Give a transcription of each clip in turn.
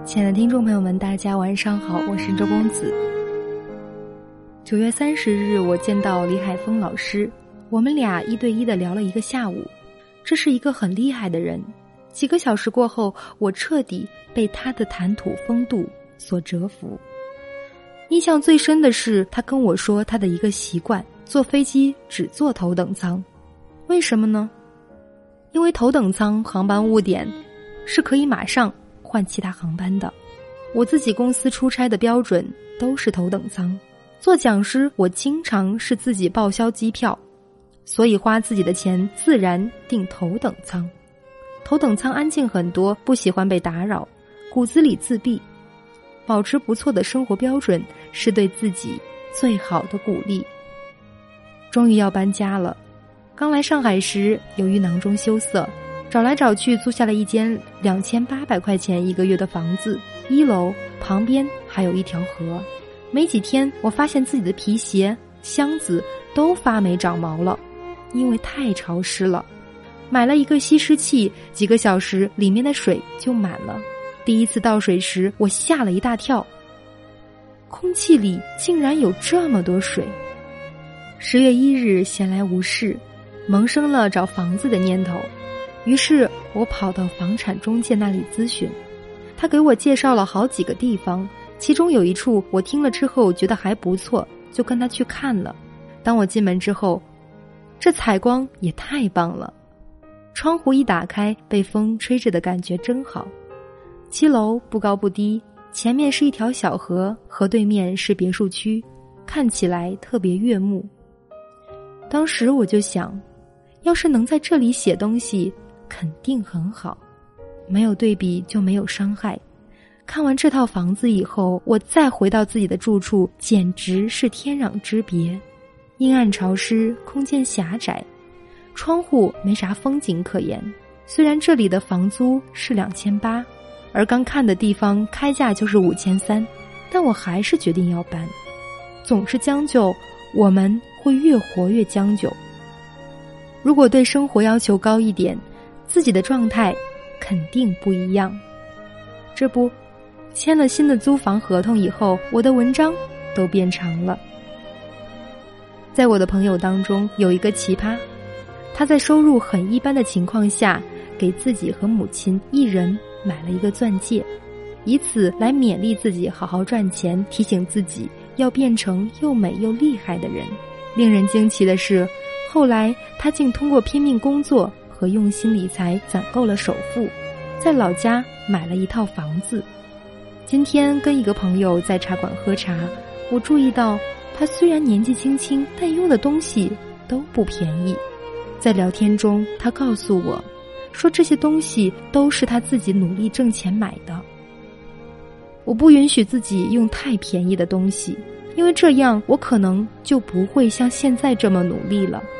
亲爱的听众朋友们，大家晚上好，我是周公子。9月30日，我见到李海峰老师，我们俩1对1的聊了一个下午。这是一个很厉害的人，几个小时过后，我彻底被他的谈吐风度所折服。印象最深的是，他跟我说他的一个习惯，坐飞机只坐头等舱。为什么呢？因为头等舱航班误点是可以马上换其他航班的。我自己公司出差的标准都是头等舱，做讲师我经常是自己报销机票，所以花自己的钱自然订头等舱。头等舱安静很多，不喜欢被打扰，骨子里自闭，保持不错的生活标准是对自己最好的鼓励。终于要搬家了，刚来上海时由于囊中羞涩，找来找去租下了一间2800块钱1个月的房子，1楼旁边还有一条河。没几天，我发现自己的皮鞋、箱子都发霉长毛了，因为太潮湿了。买了一个吸湿器，几个小时里面的水就满了。第一次倒水时，我吓了一大跳，空气里竟然有这么多水。10月1日闲来无事，萌生了找房子的念头，于是我跑到房产中介那里咨询。他给我介绍了好几个地方，其中有一处我听了之后觉得还不错，就跟他去看了。当我进门之后，这采光也太棒了，窗户一打开，被风吹着的感觉真好。7楼不高不低，前面是一条小河，河对面是别墅区，看起来特别悦目。当时我就想，要是能在这里写东西肯定很好，没有对比就没有伤害。看完这套房子以后，我再回到自己的住处，简直是天壤之别。阴暗潮湿，空间狭窄，窗户没啥风景可言。虽然这里的房租是2800，而刚看的地方开价就是5300，但我还是决定要搬。总是将就，我们会越活越将就。如果对生活要求高一点，自己的状态肯定不一样。这不，签了新的租房合同以后，我的文章都变长了。在我的朋友当中有一个奇葩，他在收入很一般的情况下，给自己和母亲一人买了一个钻戒，以此来勉励自己好好赚钱，提醒自己要变成又美又厉害的人。令人惊奇的是，后来他竟通过拼命工作和用心理财攒够了首付，在老家买了一套房子。今天跟一个朋友在茶馆喝茶，我注意到他虽然年纪轻轻，但用的东西都不便宜。在聊天中，他告诉我说，这些东西都是他自己努力挣钱买的。我不允许自己用太便宜的东西，因为这样我可能就不会像现在这么努力了。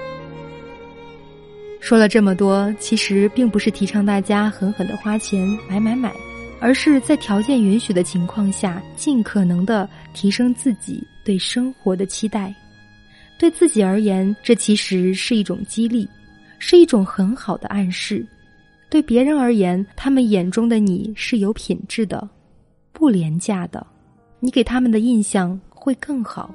说了这么多，其实并不是提倡大家狠狠地花钱买，而是在条件允许的情况下，尽可能地提升自己对生活的期待。对自己而言，这其实是一种激励，是一种很好的暗示。对别人而言，他们眼中的你是有品质的，不廉价的，你给他们的印象会更好。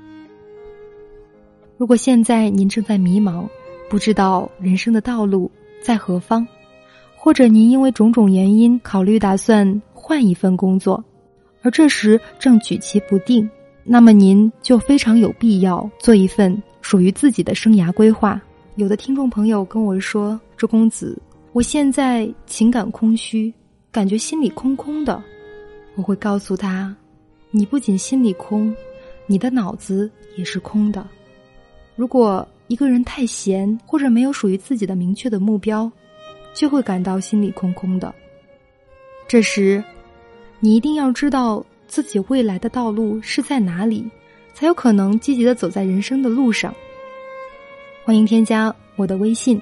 如果现在您正在迷茫，不知道人生的道路在何方，或者您因为种种原因考虑打算换一份工作，而这时正举棋不定，那么您就非常有必要做一份属于自己的生涯规划。有的听众朋友跟我说，周公子，我现在情感空虚，感觉心里空空的。我会告诉他，你不仅心里空，你的脑子也是空的。如果一个人太闲，或者没有属于自己的明确的目标，就会感到心里空空的。这时，你一定要知道自己未来的道路是在哪里，才有可能积极地走在人生的路上。欢迎添加我的微信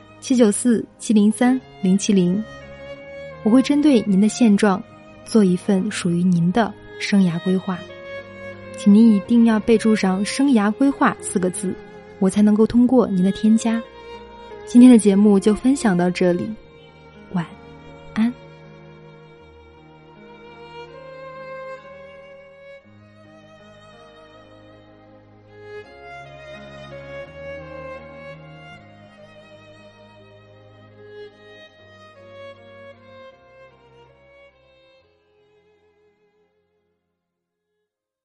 794703070，我会针对您的现状做一份属于您的生涯规划。请您一定要备注上生涯规划4个字，我才能够通过您的添加。今天的节目就分享到这里。